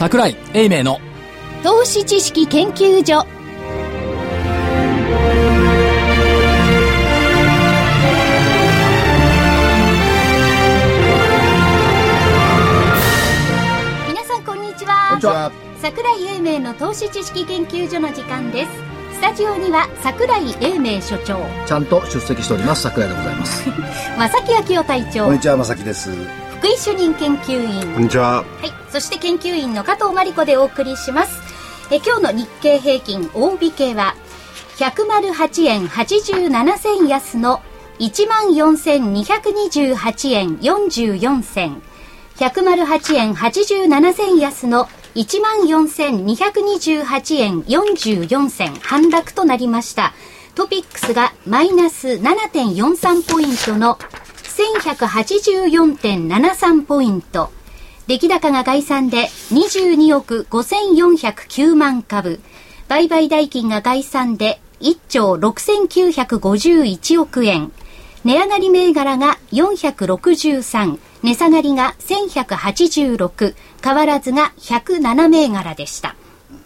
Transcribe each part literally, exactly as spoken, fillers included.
櫻井英明の投資知識研究所。皆さんこんにちは。 こんにちは。 櫻井英明の投資知識研究所の時間です。スタジオには櫻井英明所長、 ちゃんと出席しております櫻井でございます正木昭夫隊長、 こんにちは、正木です。 福井主任研究員、 こんにちは。 はい、そして研究員の加藤真理子でお送りします。え今日の日経平均大引けはひゃくはちえんはちじゅうなな銭安の いちまんよんせんにひゃくにじゅうはちえんよんじゅうよん銭、ひゃくはちえんはちじゅうなな銭安の いちまんよんせんにひゃくにじゅうはちえんよんじゅうよん銭、反落となりました。トピックスがマイナス ななてんよんさん ポイントのせんひゃくはちじゅうよんてんななさん ポイント、出来高が概算でにじゅうにおくごせんよんひゃくきゅうまんかぶ、売買代金が概算でいっちょうろくせんきゅうひゃくごじゅういちおくえん、値上がり銘柄がよんひゃくろくじゅうさん、値下がりがせんひゃくはちじゅうろく、変わらずがひゃくなな銘柄でした。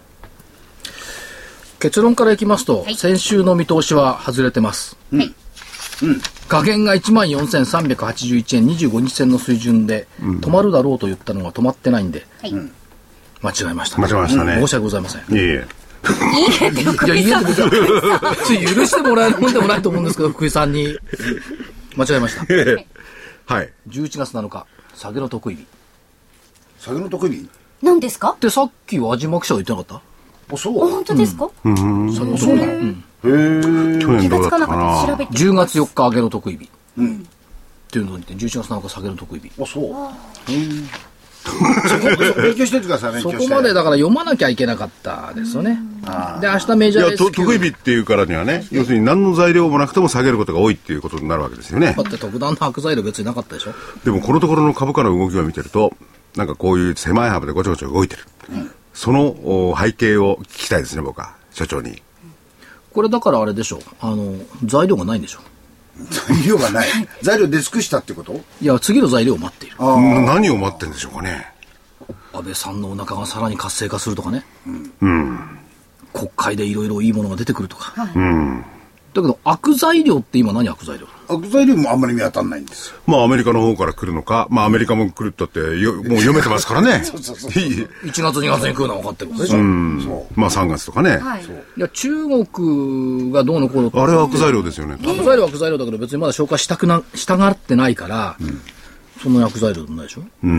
結論からいきますと、 はい、 先週の見通しは外れてます、 はい、 うん、下限が いちまんよんせんさんびゃくはちじゅういちえんにじゅうごにち線の水準で、うん、止まるだろうと言ったのが止まってないんで、はい、間違えましたね。 間違えましたね、 うん、申し訳ございません。 いえいえいいえって福井さん、 いやいいえ許してもらえるもんでもないと思うんですけど福井さんに間違えましたはい、 じゅういちがつなのか下げの得意日。 下げの得意日何ですかってさっき和島記者が言ってなかった？ あ、そう。 本当ですか？ うん、うん、 そうそうなの、うん、 へー、去年どうだったかな。 調べてじゅうがつよっか上げの得意日、 うん、 っていうのを言ってじゅういちがつなのか下げの得意日。 あ、そう。うん勉強しててください。勉強して。 そこまでだから読まなきゃいけなかったですよね。で明日メジャー S q。 いや得意日っていうからにはね、要するに何の材料もなくても下げることが多いっていうことになるわけですよね。 だって特段の悪材料別になかったでしょ。 でもこのところの株価の動きを見てるとなんかこういう狭い幅でごちゃごちゃ動いてる、うん、その背景を聞きたいですね、僕は所長に。 これだからあれでしょ、あの材料がないんでしょ。 材料がない材料出尽くしたってこと？ いや次の材料を待っている。 あ、何を待ってるんでしょうかね。 安倍さんのお腹がさらに活性化するとかね、 うん、 国会でいろいろいいものが出てくるとか、 はい、 うん、 だけど悪材料って今何悪材料？ 悪材料もあんまり見当たらないんですよ。 まあアメリカの方から来るのか、まあアメリカも来るったってよもう読めてますからねそうそうそうそういちがつにがつに来るのは分かってるわけでしょ。 うん、そうまあさんがつとかね、 はい、 いや中国がどうのこうのとあれは悪材料ですよね。 悪材料は悪材料だけど別にまだ消化したくなしたがってないから、うん、その悪材料でもないでしょ。 うん、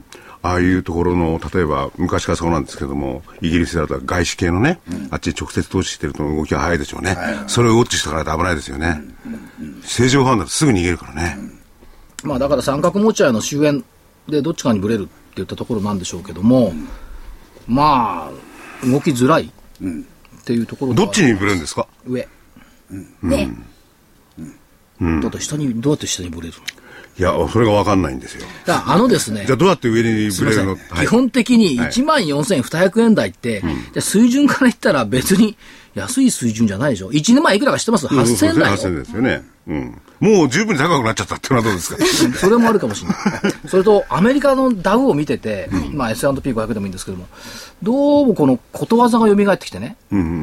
ああいうところの例えば昔からそうなんですけどもイギリスだと外資系のね、うん、あっちに直接投資してると動きが早いでしょうね、はいはい、それをウォッチしてから危ないですよね、うんうんうん、正常ファンだとすぐ逃げるからね、 うん、まあだから三角持ち合いの終焉でどっちかにブレるっていったところなんでしょうけども、うん、まあ動きづらいっていうところ、 どっちにブレるんですか？ 上、 うんね、 うん、だって下にどうやって下にブレるの？ いや、それが分かんないんですよ。 だあのですね。 じゃあどうやって上にブレるの？はい、 基本的にいちまんよんせんにひゃくえん台って、はい、じゃあ水準から言ったら別に安い水準じゃないでしょ。いちねんまえいくらか知ってます？はっせんえん台よ。 はっせんえんですよね。うん。もう十分に高くなっちゃったっていうのはどうですか？ それもあるかもしれない。それとアメリカのダウを見てて、うん、まあ エスアンドピーごひゃく でもいいんですけども、どうもこのことわざが蘇ってきてね、 うんうんうん、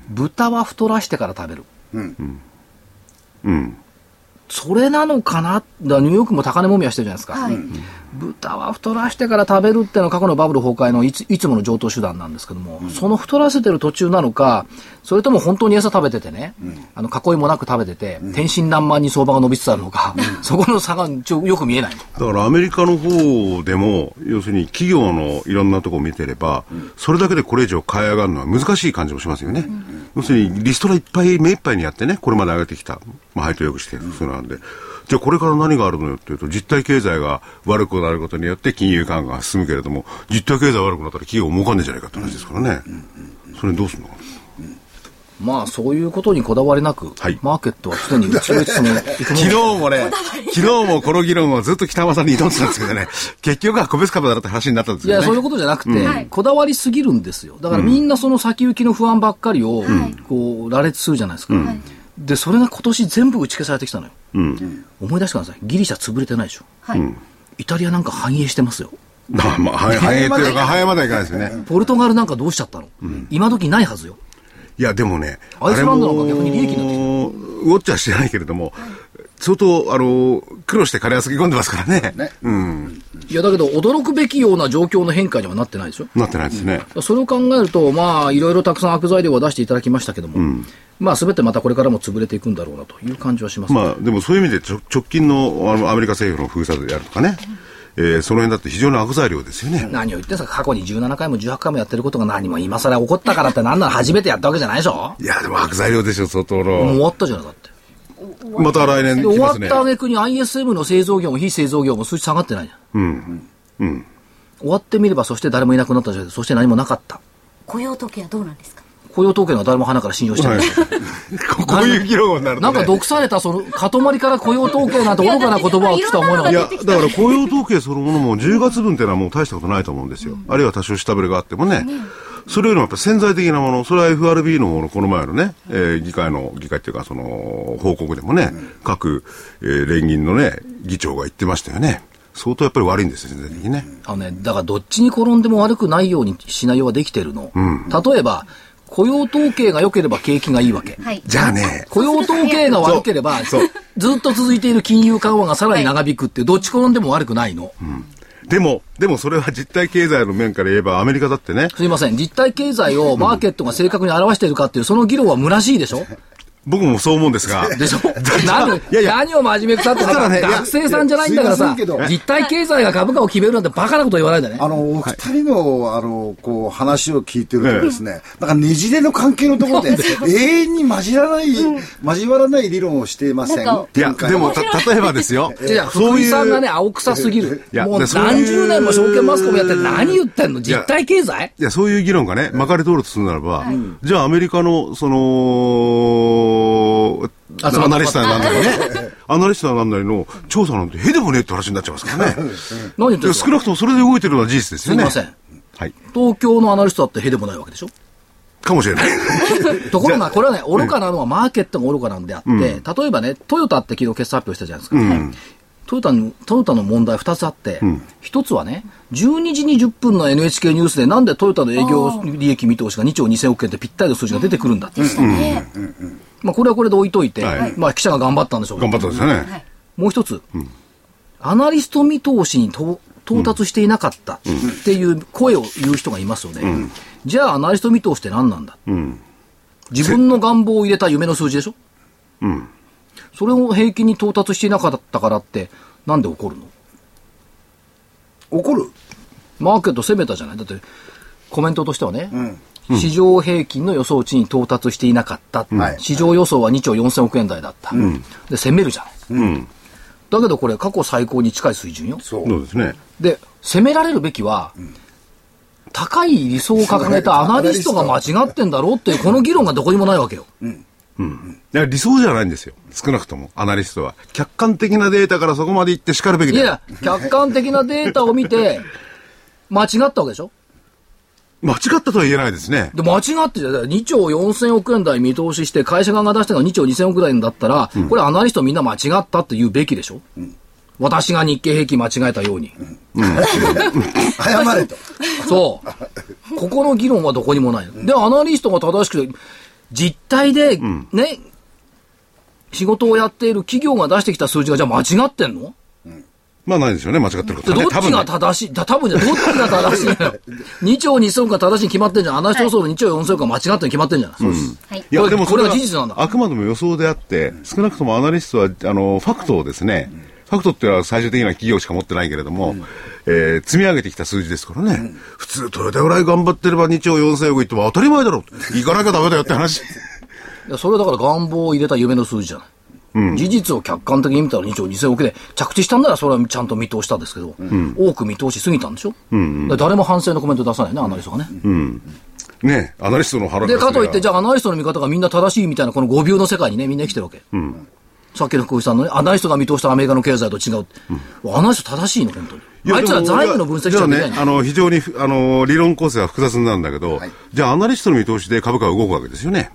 豚は太らしてから食べる。 うんうんうんそれなのかな。だニューヨークも高値もみはしてるじゃないですか、はい、豚は太らしてから食べるっていうのは過去のバブル崩壊のい つ, いつもの上等手段なんですけども、うん、その太らせてる途中なのかそれとも本当に餌食べててね、うん、あの囲いもなく食べてて、うん、天真爛漫に相場が伸びつつあるのか、うん、そこの差がちょよく見えない。 だからアメリカの方でも要するに企業のいろんなところを見てれば、うん、それだけでこれ以上買い上がるのは難しい感じもしますよね、うん、要するにリストラいっぱい目いっぱいにやってねこれまで上げてきた、まあ、配当よくしてる、うん、そうなんでじゃあこれから何があるのよっていうと実体経済が悪くなることによって金融緩和が進むけれども実体経済悪くなったら企業儲かんねえじゃないかって話ですからね、うんうんうん、それどうするのかな、 うん、まあそういうことにこだわりなく、はい、マーケットは常に打ち打ちつも昨日もね昨日もこの議論をずっと北山さんに挑んでたんですけどね結局は個別株だろって話になったんですけどね。 いやそういうことじゃなくて、うん、こだわりすぎるんですよ。だからみんなその先行きの不安ばっかりを、うん、こう羅列するじゃないですか、うん、でそれが今年全部打ち消されてきたのよ、うん、思い出してください。ギリシャ潰れてないでしょ、はい、イタリアなんか繁栄してますよ。 まあ、まあ、反映っていうのが反映まではいかないですよね。 ポルトガルなんかどうしちゃったの、うん、今時ないはずよ。 いや、でもね、 アイスランドなんか逆に利益になってきウォッチはしてないけれども、相当、あの、苦労して金はつぎ込んでますからね。ね、うん。 いや、だけど、驚くべきような状況の変化にはなってないでしょ。 なってないですね。 うん、それを考えると、まあ、いろいろたくさん悪材料を出していただきましたけども、うん、まあ、すべてまたこれからも潰れていくんだろうなという感じはします、ね。 まあ、でもそういう意味で直近の、あの、アメリカ政府の封鎖であるとかね、えー、その辺だって非常に悪材料ですよね。 何を言ってんすか。過去にじゅうななかいもじゅうはちかいもやってることが何も今更起こったからって何なら初めてやったわけじゃないでしょ。 いや、でも悪材料でしょ、相当の。 もう終わったじゃないだって。 また来年来ますね。 終わった挙句に アイエスエム の製造業も非製造業も数値下がってないじゃん。うん。うん。終わってみれば、そして誰もいなくなったじゃん。そして何もなかった。 雇用統計はどうなんですか。 雇用統計は誰も鼻から信用してない。はい、 こういう議論になると、ね、 なんか毒されたその塊から雇用統計なんて愚かな言葉を聞くとは思えなかった。 いや、だから雇用統計そのものもじゅうがつぶんっていうのはもう大したことないと思うんですよ。うん、あるいは多少下振れがあってもね。ね、それよりもやっぱ潜在的なもの、それは エフアールビー の方のこの前のね、えー、議会の、議会っていうかその、報告でもね、うん、各、えー、連銀のね、議長が言ってましたよね。相当やっぱり悪いんですよ、全体的にね。 あのね、だからどっちに転んでも悪くないようにシナリオはできてるの。うん、例えば、雇用統計が良ければ景気がいいわけ。はい、 じゃあね。 雇用統計が悪ければ、ずっと続いている金融緩和がさらに長引くって、どっち転んでも悪くないの。うん、 でも、でもそれは実体経済の面から言えばアメリカだってね。 すいません。実体経済をマーケットが正確に表しているかっていう、その議論は虚しいでしょ。 僕もそう思うんですが。 でしょ何, いやいや何を真面目くさってからね、学生さんじゃないんだからさ、実体経済が株価を決めるなんてバカなこと言わないんだね。 あの、お二人の、あの、こう、話を聞いてるとですね、なんかねじれの関係のところで、永遠に交わらない、交わらない理論をしていません。いや、でも、た、例えばですよ。 じゃあ、福井さんがね、青臭すぎる。もう何十年も証券マスコミやって何言ってんの、実体経済。 いや、そういう議論がね、まかり通るとするならば、じゃあアメリカの、その、アナリストなんだりね。アナリストなんだりの調査なんてへでもねえって話になっちゃいますからね。何言ってんすか。少なくともそれで動いてるのは事実ですよね。 すいません。はい。東京のアナリストだってへでもないわけでしょ。 かもしれない。 ところが、これはね、愚かなのはマーケットが愚かなんであって、うん、例えばね、トヨタって昨日決算発表したじゃないですか。うん、トヨタの、トヨタの問題ふたつあって、うん、ひとつはね、じゅうにじにじゅっぷんの エヌエイチケー ニュースでなんでトヨタの営業利益見通しがにちょうにせんおくえんってぴったりの数字が出てくるんだって。まあこれはこれで置いといて、はい、まあ記者が頑張ったんでしょうけど。 頑張ったんですよね。はい、 もう一つ、うん、アナリスト見通しに到達していなかったっていう声を言う人がいますよね。うん、じゃあアナリスト見通しって何なんだ、うん、自分の願望を入れた夢の数字でしょ。うん、それを平均に到達していなかったからってなんで怒るの？ 怒る？ マーケット攻めたじゃない。だってコメントとしてはね、うん、市場平均の予想値に到達していなかった、うん、市場予想はにちょうよんせんおくえん台だった、うん、で攻めるじゃない、うん、だけどこれ過去最高に近い水準よ。 そうですね。 で攻められるべきは、うん、高い理想を掲げたアナリストが間違ってんだろうっていうこの議論がどこにもないわけよ。うんうん、いや理想じゃないんですよ。少なくともアナリストは客観的なデータからそこまで行って叱るべきだよ。 いや客観的なデータを見て間違ったわけでしょ。 間違ったとは言えないですね。 で間違ってじゃにちょうよんせんおくえん台見通しして会社側が出したのがにちょうにせんおく台だったら、うん、これアナリストみんな間違ったって言うべきでしょ、うん、私が日経平均間違えたように、うんうん、 謝れと。 そうここの議論はどこにもない、うん、でアナリストが正しくて実態で、うん、ね仕事をやっている企業が出してきた数字がじゃあ間違ってんの？ まあないですよね、間違ってることは、ね、 どっちが正しい、多分ね、どっちが正しいのよ。にちょうにせんおくが正しいに決まってんじゃん。アナリスト予想のにちょうよんせんおくが間違ってるに決まってんじゃん。そうです。はい、いや、でもこれが事実なんだ。 あくまでも予想であって、少なくともアナリストは、あの、ファクトをですね、ファクトっていうのは最終的には企業しか持ってないけれども、うん、えー、積み上げてきた数字ですからね。うん、普通、トヨタぐらい頑張ってればにちょうよんせんおくいっても当たり前だろう。行かなきゃダメだよって話。 いや、それはだから願望を入れた夢の数字じゃない。うん、事実を客観的に見たらにちょうにせんおくで着地したんならそれはちゃんと見通したんですけど、うん、多く見通しすぎたんでしょ、うんうん、誰も反省のコメント出さないね、アナリストがね、うん、 ねアナリストの腹でかといってじゃあアナリストの見方がみんな正しいみたいなこの誤謬の世界にねみんな生きてるわけ、うん、さっきの福井さんのねアナリストが見通したアメリカの経済と違う、うん、アナリスト正しいの本当に。あいつら財務の分析者みたいな、 ね、あの非常にあの理論構成は複雑なんだけど、はい、じゃあアナリストの見通しで株価が動くわけですよね。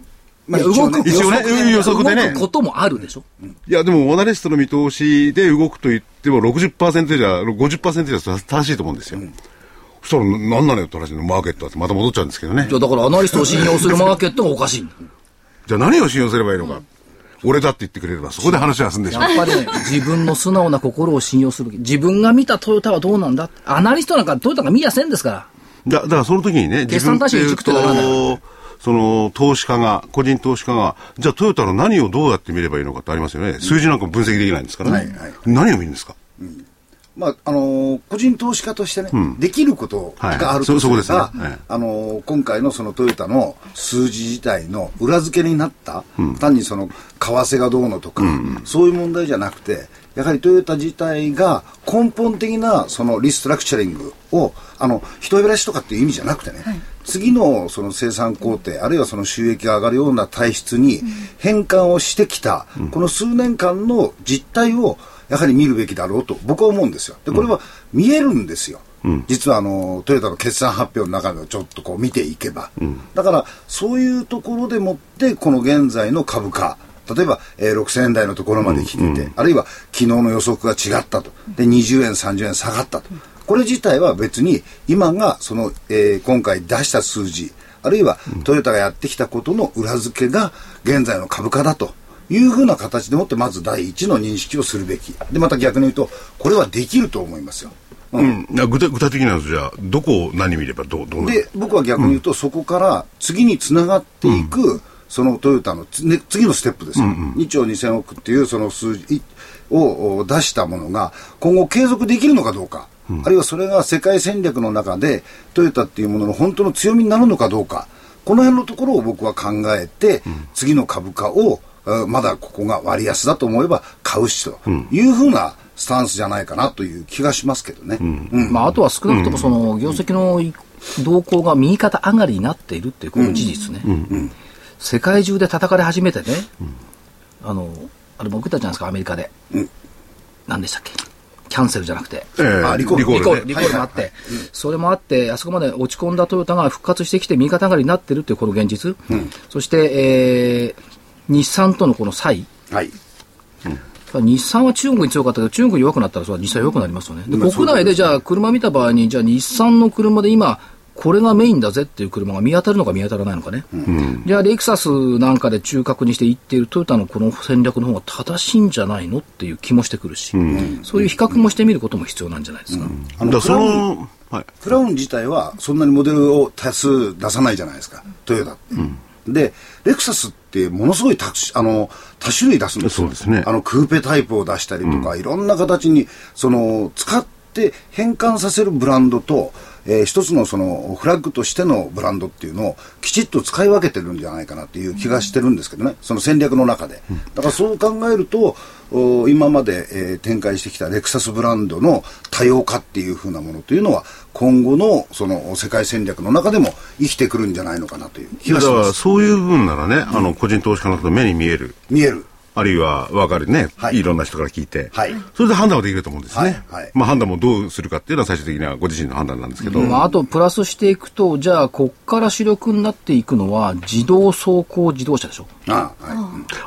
まあ、 動く一応ね、予測でね。 動くこともあるでしょ。 いや、でも、アナリストの見通しで動くと言っても、ろくじゅっパーセント じゃ、ごじゅっパーセント じゃ正しいと思うんですよ。うん、そしたら、なんなのよって話のマーケットはまた戻っちゃうんですけどね。 じゃあ、だからアナリストを信用するマーケットがおかしいんだ。 じゃあ、何を信用すればいいのか。俺だって言ってくれれば、そこで話はするんでしょう。 やっぱりね、自分の素直な心を信用するべき。自分が見たトヨタはどうなんだ。アナリストなんかトヨタが見やせんですから。 だ, だからその時にね、 決算対象に軸ってなんだよ。 その投資家が、個人投資家が、じゃあトヨタの何をどうやって見ればいいのかってありますよね。数字なんか分析できないんですからね。はいはい、何を見るんですか、うん、 まあ、あのー、個人投資家としてね、うん、できることがあるとすれば、あのー、今回のそのトヨタの数字自体の裏付けになった、うん、単にその為替がどうのとか、うん、そういう問題じゃなくて、やはりトヨタ自体が根本的なそのリストラクチャリングを、あの、人減らしとかっていう意味じゃなくてね、はい、次のその生産工程、あるいはその収益が上がるような体質に変換をしてきた、うん、この数年間の実態をやはり見るべきだろうと僕は思うんですよ。で、これは見えるんですよ。うん、実はあのトヨタの決算発表の中でちょっとこう見ていけば、うん、だからそういうところでもってこの現在の株価、例えば、えー、ろくせんえん台のところまで来てて、うんうん、あるいは昨日の予測が違ったと。で、にじゅうえん、さんじゅうえん下がったと。これ自体は別に今がその、えー、今回出した数字、あるいはトヨタがやってきたことの裏付けが現在の株価だというふうな形でもってまず第一の認識をするべき。で、また逆に言うと、これはできると思いますよ。 うん、うん、具体具体的なのじゃあどこを何見ればどうどうなるで、僕は逆に言うと、うん、そこから次につながっていく、うん、そのトヨタのつ、ね、次のステップですよ、うんうん、にちょうにせんおくっていうその数字を出したものが今後継続できるのかどうか、うん、あるいはそれが世界戦略の中でトヨタっていうものの本当の強みになるのかどうか、この辺のところを僕は考えて、うん、次の株価をまだここが割安だと思えば買うしというふうなスタンスじゃないかなという気がしますけどね、うんうん、 まあ、あとは少なくともその業績の動向が右肩上がりになっているっていうこの事実ね、うんうんうん、世界中で叩かれ始めてね、うん、あのあれも受けたじゃないですかアメリカで、うん、何でしたっけ、キャンセルじゃなくて、 えー、あリコールリコールリコールもあって、はいはいはい、それもあってあそこまで落ち込んだトヨタが復活してきて右肩上がりになっているというこの現実、うん、そして、えー日産とのこの差異、はい、うん、日産は中国に強かったけど中国に弱くなったらそれは日産弱くなりますよね。で、国内でじゃあ車見た場合にじゃあ日産の車で今これがメインだぜっていう車が見当たるのか見当たらないのかね、うん、じゃあレクサスなんかで中核にしていっているトヨタのこの戦略の方が正しいんじゃないのっていう気もしてくるし、うん、そういう比較もしてみることも必要なんじゃないですか、うん、 あのクラウン、はい、クラウン自体はそんなにモデルを多数出さないじゃないですかトヨタって、うんで、レクサスってものすごい 多, あの多種類出すんですよ。そうですね。あのクーペタイプを出したりとか、うん、いろんな形にその使って変換させるブランドと、えー、一つのそのフラッグとしてのブランドっていうのをきちっと使い分けてるんじゃないかなっていう気がしてるんですけどね、その戦略の中で。だからそう考えると、今まで、えー、展開してきたレクサスブランドの多様化っていう風なものというのは今後のその世界戦略の中でも生きてくるんじゃないのかなという気がします。 だからそういう部分ならね、うん、あの個人投資家の方目に見える見えるあるいは分かるね、はい、いろんな人から聞いて、はい、それで判断はできると思うんですね、はいはい、まあ、判断もどうするかっていうのは最終的にはご自身の判断なんですけど、 うんまあ、あとプラスしていくとじゃあこっから主力になっていくのは自動走行自動車でしょ。 ああ、はい、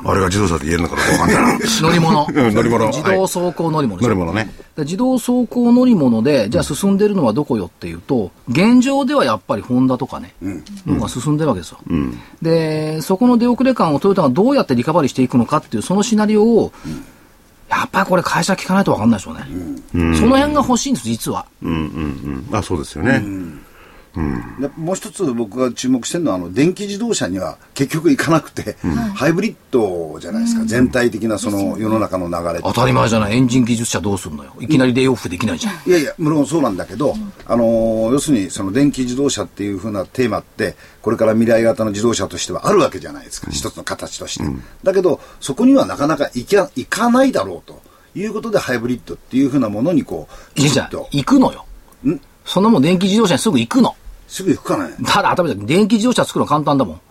あれが自動車って言えるのかどうか分かんないな乗り物、 うん、乗り物自動走行乗り物でしょ、 乗り物ね。 自動走行乗り物でじゃあ進んでるのはどこよっていうと、現状ではやっぱりホンダとかね、うん、のが進んでるわけですよ、うん、でそこの出遅れ感をトヨタがどうやってリカバリーしていくのかっていうそのシナリオを、うん、やっぱりこれ会社聞かないと分かんないでしょうね、うん、その辺が欲しいんです実は、 うんうんうん、あそうですよね、うんうん、でもう一つ僕が注目してるのはあの電気自動車には結局行かなくて、うん、ハイブリッドじゃないですか、うん、全体的なその世の中の流れ、 当たり前じゃない。エンジン技術者どうすんのよ、いきなりレイオフできないじゃん、 いやいや無論そうなんだけど、うん、あのー、要するにその電気自動車っていう風なテーマってこれから未来型の自動車としてはあるわけじゃないですか、うん、一つの形として、うん、だけどそこにはなかなか行か、行かないだろうということでハイブリッドっていう風なものにこうきちっと行くのよ。んそんなもん電気自動車にすぐ行くの。 すぐ行くかね。 ただ頭じゃ電気自動車作るの簡単だもん。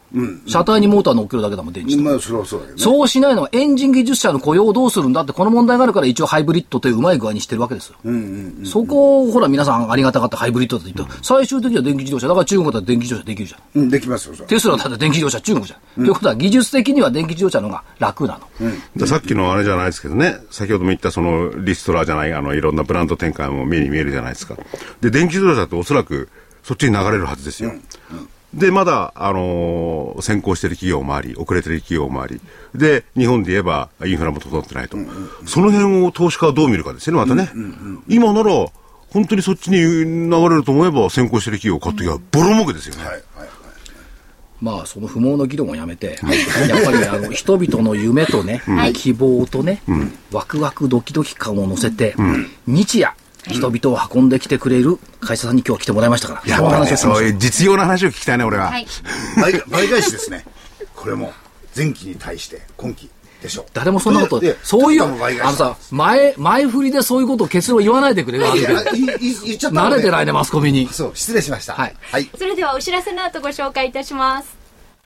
うん、車体にモーター乗っけるだけだもん、電池と。 まあ、それはそうだよね。 そうしないのはエンジン技術者の雇用をどうするんだって、この問題があるから一応ハイブリッドといううまい具合にしてるわけですよ。うんうんうんうん、そこをほら皆さんありがたかったハイブリッドだと言って、うん、最終的には電気自動車。だから中国だって電気自動車できるじゃん。 うん、できますよ。 テスラだって電気自動車中国じゃん。うん、ということは技術的には電気自動車の方が楽なの。 うん、さっきのあれじゃないですけどね、先ほども言ったそのリストラじゃない、あのいろんなブランド展開も目に見えるじゃないですか。で、電気自動車っておそらくそっちに流れるはずですよ。うんうんで、まだ、あのー、先行している企業もあり、遅れている企業もあり、で、日本で言えばインフラも整ってないと。うんうんうん、その辺を投資家はどう見るかですよね、またね。うんうんうん、今なら、本当にそっちに流れると思えば、先行している企業を買ってきゃ、ボロ儲けですよね。はいはいはい、 まあ、その不毛の議論をやめて、やっぱりあの人々の夢とね、はい、希望とね、うん、ワクワクドキドキ感を乗せて、うん、日夜、人々を運んできてくれる会社さんに今日は来てもらいましたから。 やっぱりね、そういう実用な話を聞きたいね、俺は。はい、 倍返しですね。これも前期に対して今期でしょう。 誰もそんなこと、そういう、あのさ、前、前振りでそういうことを結論言わないでくれるわけで。 言っちゃった。 慣れてないね、マスコミに。 そう、失礼しました。はい。 はい。それではお知らせの後ご紹介いたします。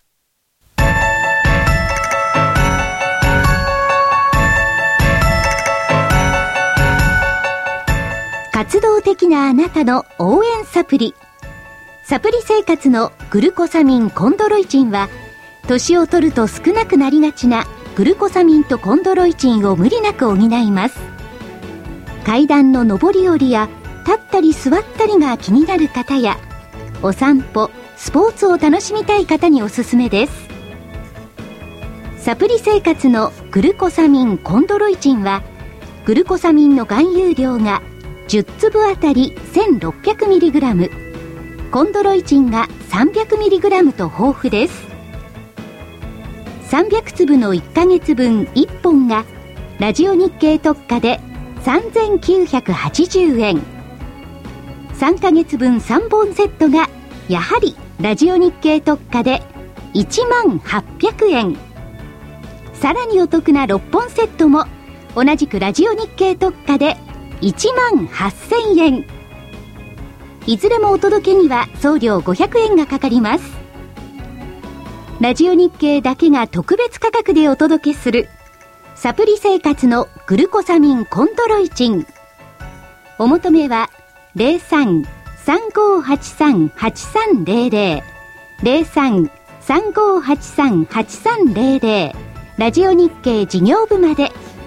活動的なあなたの応援サプリ。サプリ生活のグルコサミンコンドロイチンは、年を取ると少なくなりがちなグルコサミンとコンドロイチンを無理なく補います。階段の上り下りや立ったり座ったりが気になる方や、お散歩、スポーツを楽しみたい方におすすめです。サプリ生活のグルコサミンコンドロイチンは、グルコサミンの含有量がじゅっつぶあたり せんろっぴゃくミリグラム、 コンドロイチンが さんびゃくミリグラム と豊富です。さんびゃくつぶのいっかげつぶんいっぽんがラジオ日経特価でさんぜんきゅうひゃくはちじゅうえん、さんかげつぶんさんぼんセットがやはりラジオ日経特価でいちまんはっぴゃくえん、さらにお得なろっぽんセットも同じくラジオ日経特価でいちまんはっせんえん。いずれもお届けには送料ごひゃくえんがかかります。ラジオ日経だけが特別価格でお届けするサプリ生活のグルコサミンコンドロイチン。お求めは ゼロさん さんごはちさん はちさんゼロゼロ ゼロさん さんごはちさん はちさんゼロゼロ ラジオ日経事業部まで。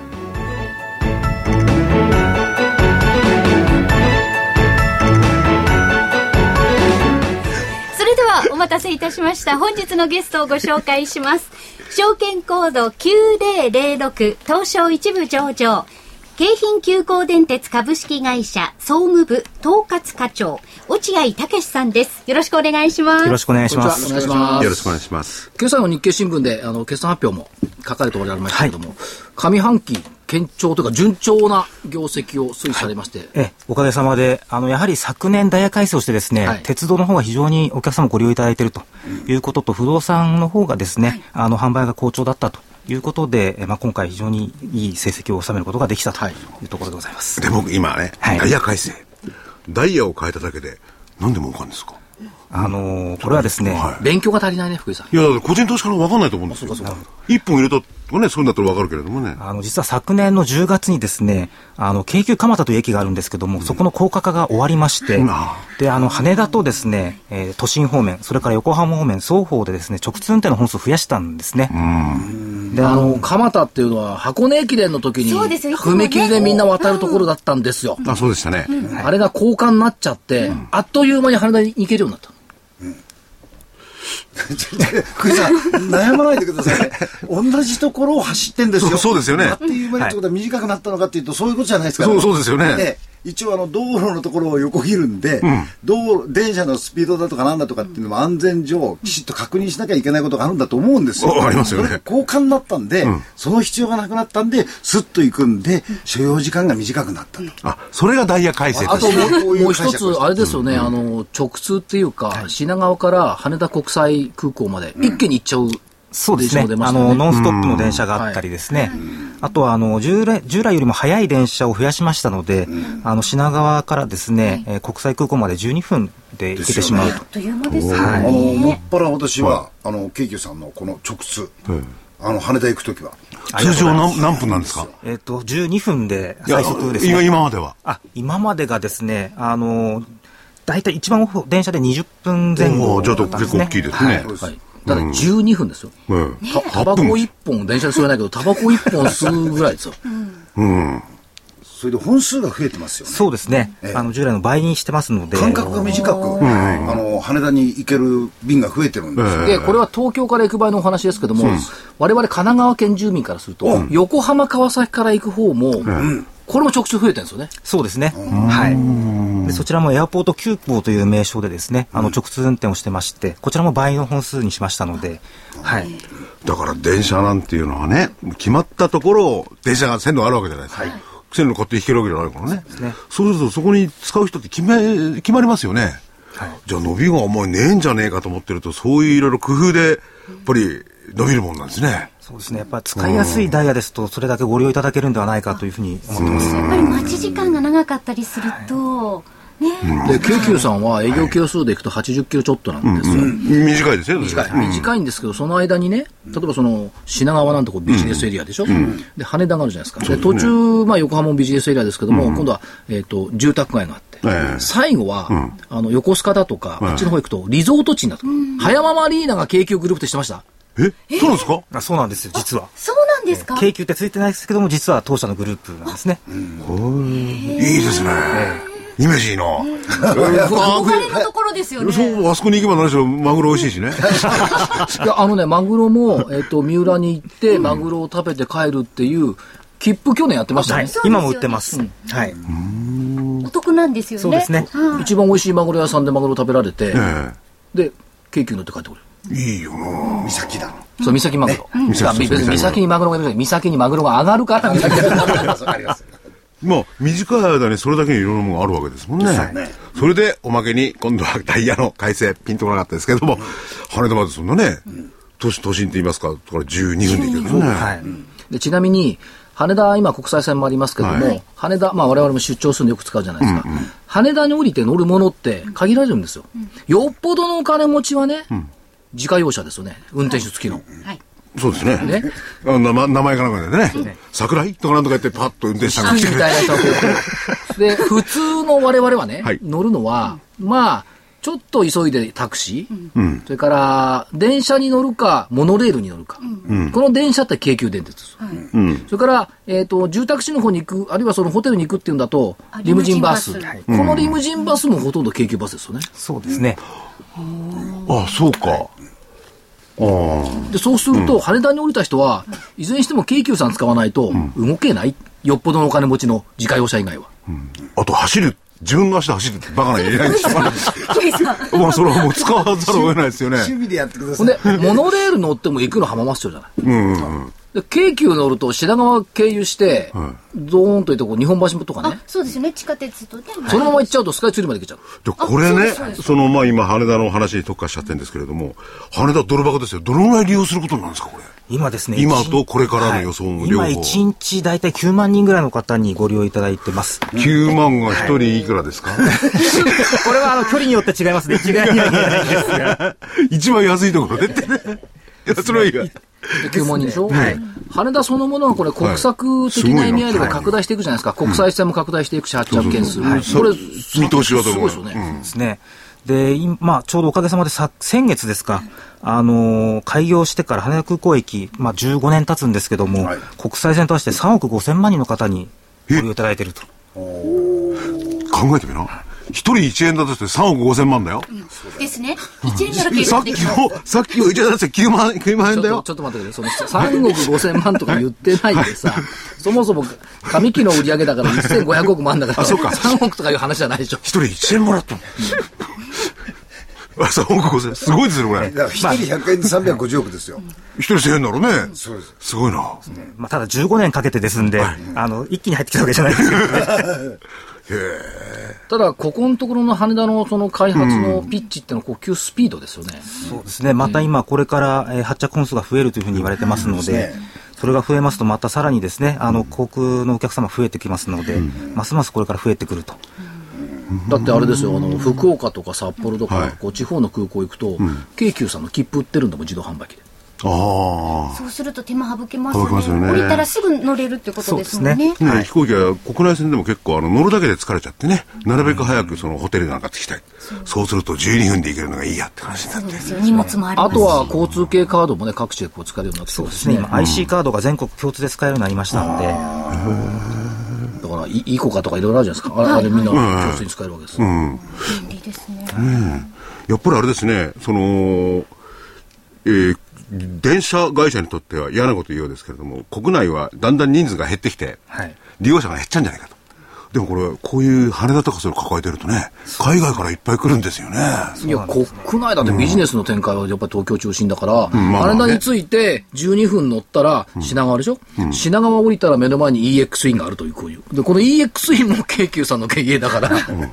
お待たせいたしました。本日のゲストをご紹介します。証券コードきゅうぜろぜろろく、東証一部上場、京浜急行電鉄株式会社総務部統括課長、落合武さんです。よろしくお願いします。 よろしくお願いします。 お願いします。 よろしくお願いします。 今朝の日経新聞であの決算発表も書かれておられましたけども、はい、上半期堅調というか順調な業績を推移されまして、はい、 えおかげさまであのやはり昨年ダイヤ改正をしてですね、はい、鉄道の方が非常にお客様ご利用いただいているということと、不動産の方がですね、はい、あの販売が好調だったということで、まあ、今回非常にいい成績を収めることができたというところでございます。 で僕今ね、はい、ダイヤ改正、ダイヤを変えただけで何で儲かるんですか？ あのー、これはですね、 はい、勉強が足りないね、福井さん。 いや、個人投資家の分かんないと思うんですよ。一本入れたとね、そういうんだったら分かるけれどもね。 あの、実は昨年のじゅうがつにですね、あの、京急蒲田という駅があるんですけども、うん、そこの高架化が終わりまして、うん、で、あの、羽田とですね、えー、都心方面、それから横浜方面、双方でですね、直通運転の本数を増やしたんですね。 うんで、あの、蒲田っていうのは箱根駅伝の時に、踏切でみんな渡るところだったんですよ。 あ、そうでしたね。 うん、あれが高架になっちゃって、うん、あっという間に羽田に行けるようになった。 福井さん悩まないでくださいね。同じところを走ってんですよ。 そう、そうですよね。 あっという間にってことは短くなったのかっていうと、そういうことじゃないですか、 ね。そう、そうですよね。 で一応あの道路のところを横切るんで、うん、道電車のスピードだとかなんだとかっていうのも安全上きちっと確認しなきゃいけないことがあるんだと思うんですよ。 ありますよね。 交換になったんで、うん、その必要がなくなったんでスッと行くんで所要時間が短くなったと。 あ、それがダイヤ改正ですね。あともう、もう一つあれですよね、うん、あの直通っていうか、はい、品川から羽田国際空港まで一気に行っちゃう、うん、 そうですね。あのノンストップの電車があったりですね、うんはい、 あとはあの従来、従来よりも早い電車を増やしましたので、うん、あの品川からですね、はい、えー、国際空港までじゅうにふんで行けてしまうと。 あっという間ですね。 はい、あのもっぱら私は、はい、あの京急さんのこの直通、うん、あの羽田行くときは通常 何, 何分なんですか？ えっ、ー、とじゅうにふんで最速ですね。 今, 今まではあ今までがですね、あの大体一番電車でにじゅっぷんぜん後だったんですね。じゃあ結構大きいですね。はいはい、 だからじゅうにふんですよ。うん、タバコいっぽん電車で吸えないけどタバコいっぽん吸うぐらいですよ。うん。 うん、それで本数が増えてますよね。 そうですね。ええ、あの従来の倍にしてますので。 間隔が短く、うん、あの羽田に行ける便が増えてるんですよ。 でこれは東京から行く場合のお話ですけども、我々神奈川県住民からすると、うん、横浜川崎から行く方も、うん、これも直通増えてるんですよね。 そうですね。はい。でそちらもエアポート急行という名称でですね、あの直通運転をしてまして、こちらも倍の本数にしましたので、はい。 だから電車なんていうのはね、決まったところを電車が線路があるわけじゃないですか。はい、線路買って引けるわけじゃないからね。そうですね。そうするとそこに使う人って決め決まりますよね。はい、じゃあ伸びがあんまりねえんじゃねえかと思ってると、そういういろいろ工夫でやっぱり伸びるもんなんですね。 そうですね。やっぱり使いやすいダイヤですと、それだけご利用いただけるんではないかというふうに思ってます。 やっぱり待ち時間が長かったりすると、ね、 で京急さんは営業キロ数でいくとはちじゅっキロちょっとなんですよ。うんうん、 短いですよ。 短い、うん、短いんですけど、その間にね、例えばその品川なんてこうビジネスエリアでしょ。うん、で羽田があるじゃないですか。で途中、まあ、横浜もビジネスエリアですけども、うん、今度は、えーと、住宅街があって、うん、最後は、うん、あの横須賀だとか、うん、あっちの方行くとリゾート地になった、うん、葉山マリーナが京急グループって知ってました？ え、そうなんですか？ あ、そうなんですよ、実は。 そうなんですか？ 京急ってついてないですけども、実は当社のグループなんですね。 うん、いいですね。イメージいいな。 憧れのところですよね。 そう、あそこに行けば何しろマグロ美味しいしね。 いや、あのね、マグロも、えっと、三浦に行って、マグロを食べて帰るっていう、切符去年やってましたね。はい、 今も売ってます。うん、はい。 お得なんですよね。 そうですね。 一番美味しいマグロ屋さんでマグロ食べられて、で、京急乗って帰ってくる。 いいよな。 三崎だ。 そう、三崎マグロ。三崎にマグロがいる。三崎にマグロが上がるから、三崎が上がる。わかります。 まあ、短い間にそれだけにいろんなものがあるわけですもんね。ね、それで、おまけに、今度はダイヤの改正、ピンとこなかったですけども、うん、羽田までそんなね、うん、都心、都心って言いますか、だからじゅうにふんで行けるね。はい、 でちなみに、羽田、今国際線もありますけども、はい、羽田、まあ我々も出張するんでよく使うじゃないですか。うんうん、羽田に降りて乗るものって限られるんですよ。うん、よっぽどのお金持ちはね、うん、自家用車ですよね。運転手付きの。はいはい、 そうですね。ね、あの名前かなんかでね、ね、桜井とかなんとか言ってパッと運転手さんが来てくれる。で、普通の我々はね、はい、乗るのは、まあ、ちょっと急いでタクシー、うん、それから電車に乗るか、モノレールに乗るか。うん、この電車って京急電鉄です。うん、それから、えっと、住宅地の方に行く、あるいはそのホテルに行くっていうんだと、リムジンバス。このリムジンバスもほとんど京急バスですよね。 そうですね。 ああ、そうか。 でそうすると、うん、羽田に降りた人はいずれにしても京急さん使わないと動けない、うん、よっぽどのお金持ちの自家用車以外は、 うん、あと走る自分の足で走るってバカな言えないんでしょまあそれはもう使わざるを得ないですよね。 趣味でやってください。 でモノレール乗っても行くの浜松町じゃない、うんうんうん、で京急乗ると品川経由して、はい、ゾーンというとこ日本橋とかね。 そうですね、地下鉄とね、 そのまま行っちゃうとスカイツリーまで行けちゃう。 でこれね、そのまあ今羽田の話に特化しちゃってるんですけれども、羽田ドル箱ですよ。どのぐらい利用することなんですかこれ。 今ですね、 今とこれからの予想の両方、 はい、今いちにち大体きゅうまんにんぐらいの方にご利用いただいてます。 きゅうまんがひとりいくらですか、はい、 これはあの距離によって違いますね。違いには言えないんですが一番安いところでってねいやそれはいいわ。 きゅうまんにんでしょ、はい、羽田そのものはこれ国策的な意味合いでは拡大していくじゃないですか、はい、国際線も拡大していくし発着件数、はい、これ見通しはどすごいですよね、 うん、ですね。で今、まあ、ちょうどおかげさまでさ先月ですか、あのー、開業してから羽田空港駅、まあ、じゅうごねん経つんですけども、はい、国際線としてさんおくごせんまんにんの方にご利用いただいていると。 考えてみな、一人いちえんだとしてさんおくごせんまんだよ、うん、 ですね。いちえんなら計算できる。さっきもさっきもいちえんだってきゅうまんえんだよ。 ちょっと待ってくれ、そのさんおくごせんまんとか言ってないでさそもそも上期の売上だからせんごひゃくおくもあんだから、あ、そうか、さんおくとかいう話じゃないでしょ。 一人いちえんもらったのさんおくごせん、すごいですねこれ。 一人ひゃくえんでさんびゃくごじゅうおくですよ。 一人せんえんだろうね。そうです。すごいな。 まあただじゅうごねんかけてですんで、はい、あの一気に入ってきたわけじゃないですけどね。 ただここのところの羽田のその開発のピッチってのはこう急スピードですよね、 うん、そうですね。また今これから、えー、発着本数が増えるというふうに言われてますので、うん、それが増えますとまたさらにですね、あの航空のお客様増えてきますので、うん、ますますこれから増えてくると。 だってあれですよ、あの福岡とか札幌とか、はい、こう地方の空港行くと、うん、京急さんの切符売ってるんだもん、自動販売機で。 あそうすると手間省けますね。ますよね。降りたらすぐ乗れるってことですもんね。 ね、はい、飛行機は国内線でも結構あの乗るだけで疲れちゃってね、なるべく早くそのホテルなんか着きたい、うん、そうするとじゅうにふんで行けるのがいいやって話になって、そうですよ、 荷物もありますし、 あとは交通系カードもね、各地でこう使えるようになってそうですね。 今 アイシー カードが全国共通で使えるようになりましたので、 だからイイコカとかいろいろあるじゃないですか、はい、あれみんな共通に使えるわけです、うんうん、 便利ですね、 うん、やっぱりあれですね、その、えー電車会社にとっては嫌なこと言うようですけれども、国内はだんだん人数が減ってきて、はい、利用者が減っちゃうんじゃないかと。でもこれこういう羽田とかそれを抱えてるとね、海外からいっぱい来るんですよね。 いや国内だってビジネスの展開はやっぱり東京中心だから、うん、羽田に着いてじゅうにふん乗ったら品川でしょ、うん、品川降りたら目の前に イーエックス インがあるという、こういうで、この イーエックス インも京急さんの経営だから、うん